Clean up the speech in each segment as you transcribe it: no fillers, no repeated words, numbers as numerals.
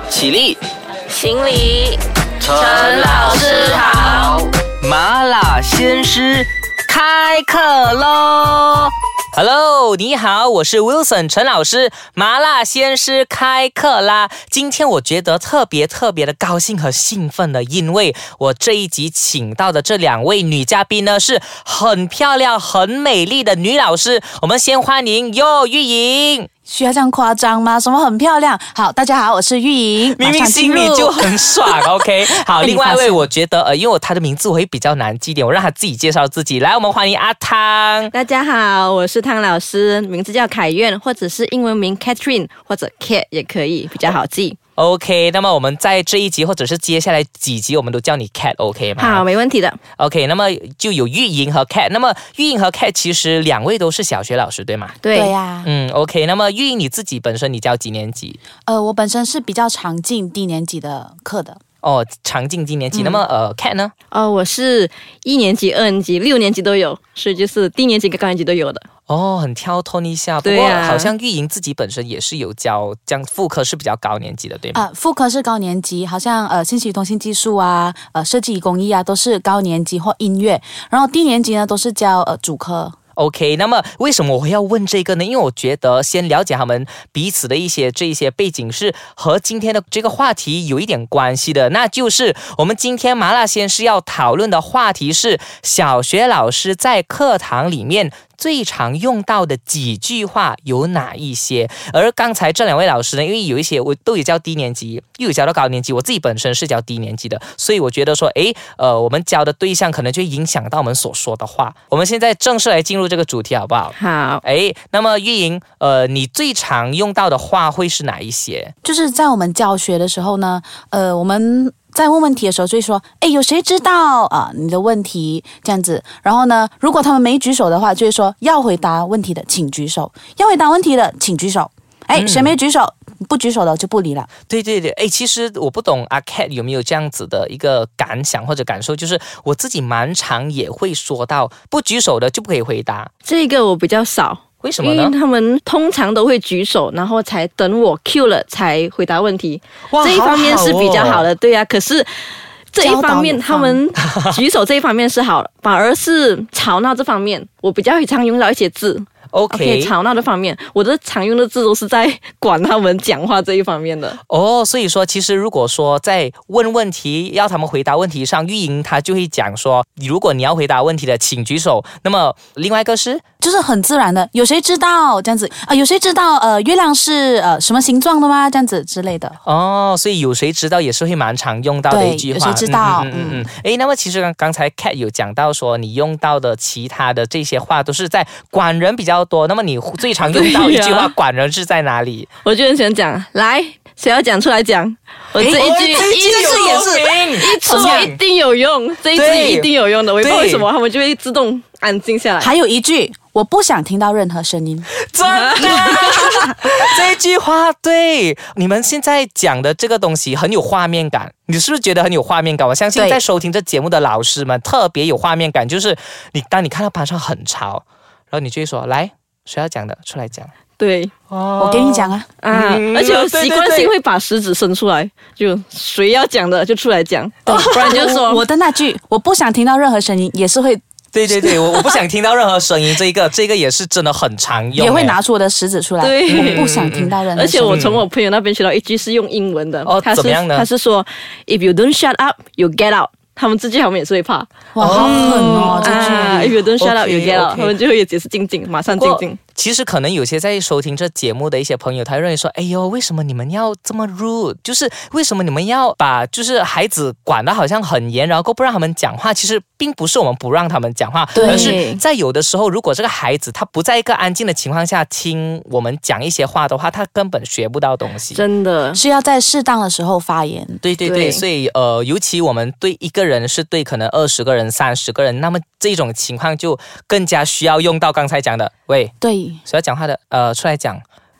起立， 行礼， 陈老师好。 麻辣鲜师开课喽！Hello， 你好，我是 Wilson 陈老师，麻辣鲜师开课啦！今天我觉得特别的高兴和兴奋的，因为我这一集请到的这两位女嘉宾呢，是很漂亮、很美丽的女老师。我们先欢迎玉莹。 需要这样夸张吗？什么很漂亮？好，大家好，我是玉莹。 明明心里就很爽，OK。好，另外一位我觉得因为他的名字我会比较难记点，我让他自己介绍自己。来，我们欢迎阿汤。 大家好，我是汤老师，名字叫凯苑，或者是英文名 Catherine， 或者 Kat 也可以，比较好记。 OK， 那么我们在这一集或者是接下来几集，我们都叫你 Kat， OK 吗？ 好，没问题的。 OK， 那么就有玉莹和 Kat。那么玉莹和 Kat 其实两位都是小学老师，对吗？ 对呀。 OK。那么玉莹你自己本身你教几年级？ 我本身是比较常进低年级的课的。 哦，常进低年级。那么Kat 呢？ 我是1年级、2年级、6年级都有，所以就是低年级跟高年级都有的。 哦，很跳脱一下。不过好像玉莹自己本身也是有教，这样副科是比较高年级的，对吗？ 副科是高年级，好像信息通信技术啊，设计与工艺啊，都是高年级或音乐。然后低年级呢，都是教主科。 OK， 那么为什么我会要问这个呢？因为我觉得先了解他们彼此的这一些背景是和今天的这个话题有一点关系的，那就是我们今天麻辣鲜师要讨论的话题是小学老师在课堂里面最常用到的几句话有哪一些？而刚才这两位老师呢，因为有一些我都有教低年级，又有教到高年级，我自己本身是教低年级的，所以我觉得说，我们教的对象可能就影响到我们所说的话。我们现在正式来进入这个主题，好不好？ 好。 那么玉莹，你最常用到的话会是哪一些？ 就是在我们教学的时候呢，我们在问问题的时候就会说，有谁知道你的问题这样子。然后呢，如果他们没举手的话，就会说要回答问题的请举手，要回答问题的请举手。谁没举手？不举手的就不理了。 对，其实我不懂阿 Kat 有没有这样子的一个感想或者感受，就是我自己蛮常也会说到不举手的就不可以回答。 这个我比较少。 为什么呢？ 因为他们通常都会举手，然后才等我 cue 了才回答问题。这一方面是比较好的，对啊。可是这一方面他们举手这一方面是好，反而是吵闹这方面，我比较常用到一些字。OK， 吵闹的方面，我的常用的字都是在管他们讲话这一方面的。 所以说其实如果说在问问题要他们回答问题上，玉莹她就会讲说，如果你要回答问题的请举手。那么另外一个是就是很自然的，有谁知道这样子有谁知道月亮是什么形状的吗？这样子之类的。 所以有谁知道也是会蛮常用到的一句话。 有谁知道？ 那么其实刚才 Kat 有讲到说你用到的其他的这些话都是在管人比较多，那么你最常用到一句话管人是在哪里？ 我就很喜欢讲，来，谁要讲出来讲。我这一句也是一出一定有用，这一句一定有用的，我也不知道为什么他们就会自动安静下来。 还有一句，我不想听到任何声音。 真的这句话对你们现在讲的这个东西很有画面感，你是不是觉得很有画面感？我相信在收听这节目的老师们特别有画面感，就是当你看到班上很吵，然后你就会说，来，谁要讲的出来讲。 对， 我给你讲而且我习惯性会把食指伸出来，就谁要讲的就出来讲，不然就说我的那句我不想听到任何声音也是会。 对，我不想听到任何声音，这个也是真的很常用， 也会拿出我的食指出来。 对， 我不想听到任何声音。 而且我从我朋友那边学到一句是用英文的， 怎么样呢？ 他是说 If you don't shut up, you get out。他们这句他们也是会怕。 哇，好狠哦！这句 If you don't shut up, you get out， 他们就会也是静静，马上静静。 其实可能有些在收听这节目的一些朋友，他认为说，为什么你们要这么 rude？ 就是为什么你们要把就是孩子管得好像很严，然后不让他们讲话？其实并不是我们不让他们讲话，而是在有的时候，如果这个孩子他不在一个安静的情况下听我们讲一些话的话，他根本学不到东西。 真的是要在适当的时候发言。 对，所以尤其我们对一个人是对可能20个人、30个人，那么这种情况就更加需要用到刚才讲的，喂， 对， 谁要讲话的出来讲。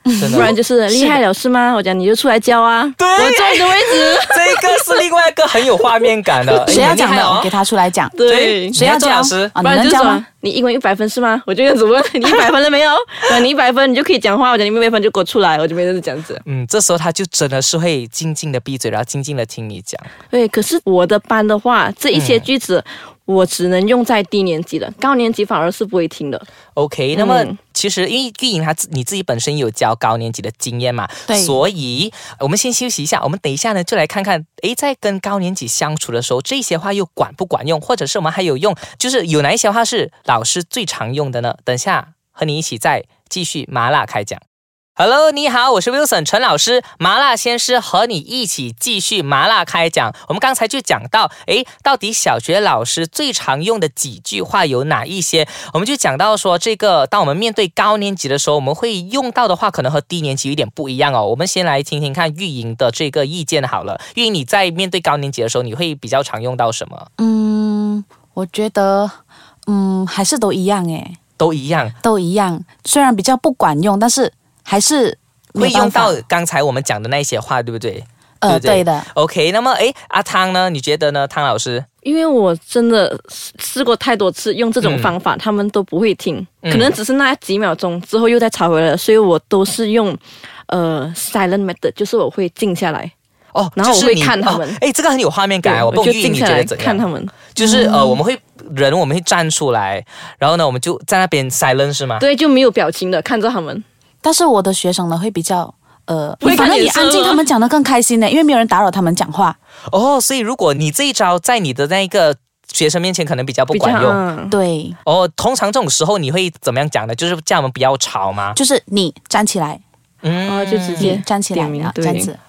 真的不然就是厉害了是吗？我讲你就出来教啊， 对我坐你的位置。 这个是另外一个很有画面感的。 谁要讲的， 哦我给他出来讲。 对， 谁要教老师？ 啊？ 不然你能教吗就是什么？你英文100分是吗？我就这样子问你100分了没有？你100分你就可以讲话，我讲你100分就给我出来，我就没人这样子。 这时候他就真的是会静静的闭嘴，然后静静的听你讲。 对，可是我的班的话，这一些句子我只能用在低年级的，高年级反而是不会听的。 OK，那么其实因为玉莹你自己本身有教高年级的经验嘛， 对， 所以我们先休息一下，我们等一下呢就来看看，在跟高年级相处的时候，这些话又管不管用，或者是我们还有用，就是有哪一些话是老师最常用的呢？等一下和你一起再继续麻辣开讲。Hello， 你好，我是 Wilson 陈老师，麻辣鲜师和你一起继续麻辣开讲。我们刚才就讲到，到底小学老师最常用的几句话有哪一些？我们就讲到说，这个当我们面对高年级的时候，我们会用到的话，可能和低年级有点不一样哦。我们先来听听看玉莹的这个意见好了。玉莹，你在面对高年级的时候，你会比较常用到什么？ 我觉得，还是都一样诶， 都一样， 虽然比较不管用，但是还是会用到刚才我们讲的那些话，对不对？ 对的。 OK， 那么阿汤呢？你觉得呢，汤老师？ 因为我真的试过太多次用这种方法，他们都不会听，可能只是那几秒钟之后又再吵回来了，所以我都是用silent method， 就是我会静下来。然后我会看他们。 这个很有画面感。我就静下来看他们。 就是我们会站出来，然后呢，我们就在那边 silent 是吗？ 对，就没有表情的看着他们。 但是我的学生呢会比较反正你安静，他们讲得更开心呢，因为没有人打扰他们讲话。 所以如果你这一招在你的那个学生面前可能比较不管用。 对。 通常这种时候你会怎么样讲呢？就是叫我们不要吵吗？ 就是你站起来。 就直接站起来这样子。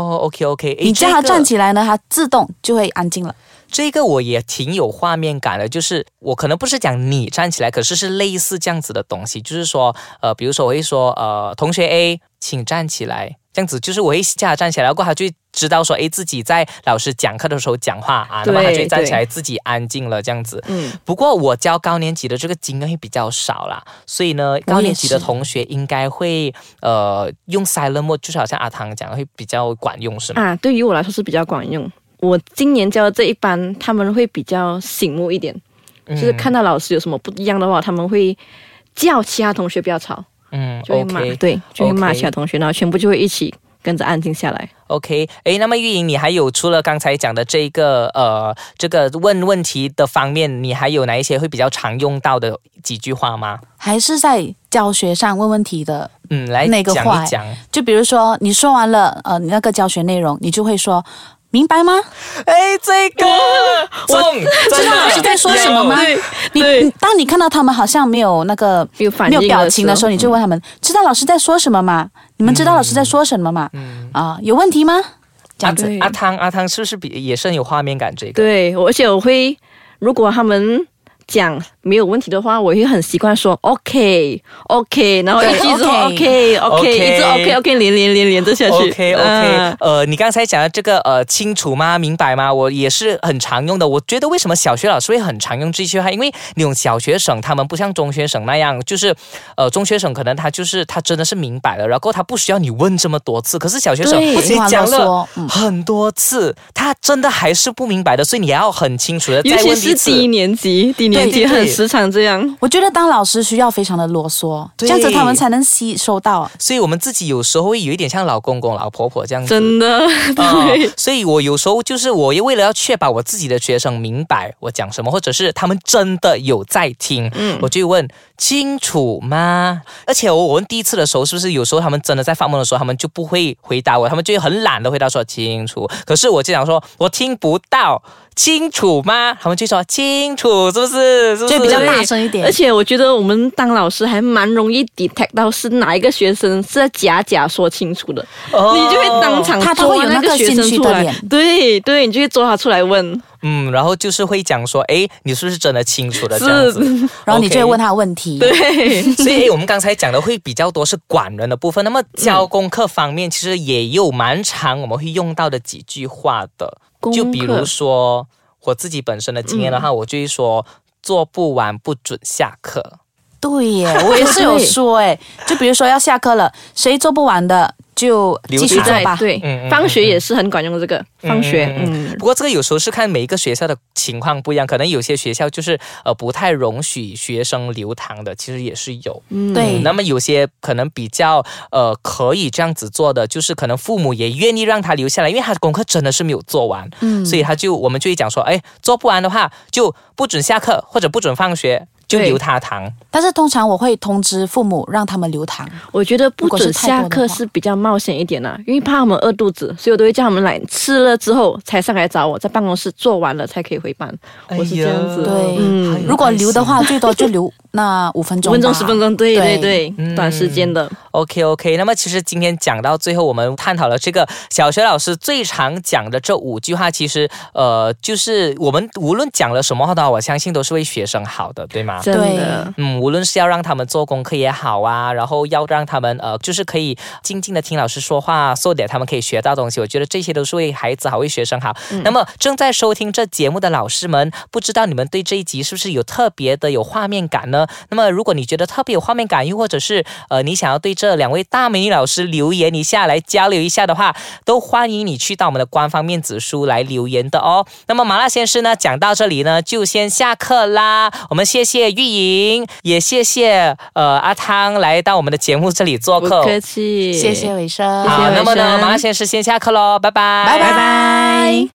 OK， 你叫他站起来呢，他自动就会安静了。 这个我也挺有画面感的，就是我可能不是讲你站起来，可是类似这样子的东西，就是说比如说我会说同学 A 请站起来，这样子就是我会叫他站起来，然后他就知道说自己在老师讲课的时候讲话啊，那么他就会站起来自己安静了这样子。不过我教高年级的这个经验会比较少啦，所以呢高年级的同学应该会用 silent mode， 就是好像阿汤讲会比较管用是吗？ 对于我来说是比较管用。我今年教的这一班他们会比较醒目一点，就是看到老师有什么不一样的话，他们会叫其他同学不要吵，就会骂，对，就会骂其他同学，然后全部就会一起跟着安静下来。 OK， 那么玉莹，你还有除了刚才讲的这个问问题的方面，你还有哪一些会比较常用到的几句话吗？ 还是在教学上问问题的来那个话， 讲， 就比如说你说完了你那个教学内容，你就会说明白吗？ 这个知道老师在说什么吗？当你看到他们好像没有没有表情的时候，你就问他们：知道老师在说什么吗？你们知道老师在说什么吗？有问题吗？这样子。 阿汤是不是也是很有画面感？这个对，而且我会，如果他们讲没有问题的话，我会很习惯说 OK， 然后一句之后 OK， 一直 OK， 连着下去。 OK， 你刚才讲的这个清楚吗？明白吗？我也是很常用的。我觉得为什么小学老师会很常用这句话？因为那种小学生他们不像中学生那样，就是中学生可能他真的是明白了，然后他不需要你问这么多次。可是小学生你讲了很多次，他真的还是不明白的，所以你要很清楚的再问一次。 尤其是低年级很时常这样。 我觉得当老师需要非常的啰嗦，这样子他们才能吸收到。 所以我们自己有时候会有一点像老公公老婆婆这样子。 真的。对。 所以我有时候就是我为了要确保我自己的学生明白我讲什么，或者是他们真的有在听，我就问清楚吗？而且我问第一次的时候，是不是有时候他们真的在发梦的时候，他们就不会回答我，他们就会很懒的回答说清楚。可是我就想说我听不到清楚吗？他们就说清楚，是不是？ 就比较大声一点。 而且我觉得我们当老师还蛮容易 detect 到是哪一个学生是在假说清楚的，你就会当场捉那个学生出来。对，你就会捉他出来问。 然后就是会讲说，你是不是真的清楚的这样子？ 然后你就会问他问题。 对， 所以我们刚才讲的会比较多是管人的部分。那么教功课方面，其实也有蛮长我们会用到的几句话的。就比如说我自己本身的经验的话，我就会说做不完不准下课。 对耶，我也是有说哎，就比如说要下课了，谁做不完的就继续做吧。 对，放学也是很管用的这个放学。 不过这个有时候是看每一个学校的情况不一样，可能有些学校就是不太容许学生留堂的，其实也是有。 对， 那么有些可能比较可以这样子做的，就是可能父母也愿意让他留下来，因为他的功课真的是没有做完，所以我们就会讲说，哎，做不完的话就不准下课或者不准放学。就留他堂， 但是通常我会通知父母让他们留堂。 我觉得不准下课是比较冒险一点啦，因为怕他们饿肚子，所以我都会叫他们来吃了之后才上来找我，在办公室做完了才可以回班。我是这样子。 对，如果留的话，最多就留那5分钟、 5分钟、10分钟，对，短时间的。 OK， 那么其实今天讲到最后，我们探讨了这个小学老师最常讲的这5句话，其实就是我们无论讲了什么话的话，我相信都是为学生好的，对吗？ 真的， 无论是要让他们做功课也好啊，然后要让他们就是可以静静的听老师说话，so that他们可以学到东西，我觉得这些都是为孩子好，为学生好。那么正在收听这节目的老师们，不知道你们对这一集是不是有特别的有画面感呢？那么如果你觉得特别有画面感，又或者是你想要对这2位大美女老师留言一下，来交流一下的话，都欢迎你去到我们的官方面子书来留言的哦。那么麻辣鲜师呢，讲到这里呢，就先下课啦。我们谢谢玉莹，也谢谢阿汤来到我们的节目这里做客， 不客气， 谢谢伟生。 好，那么呢，麻辣鲜师先下课咯，拜拜， 拜拜。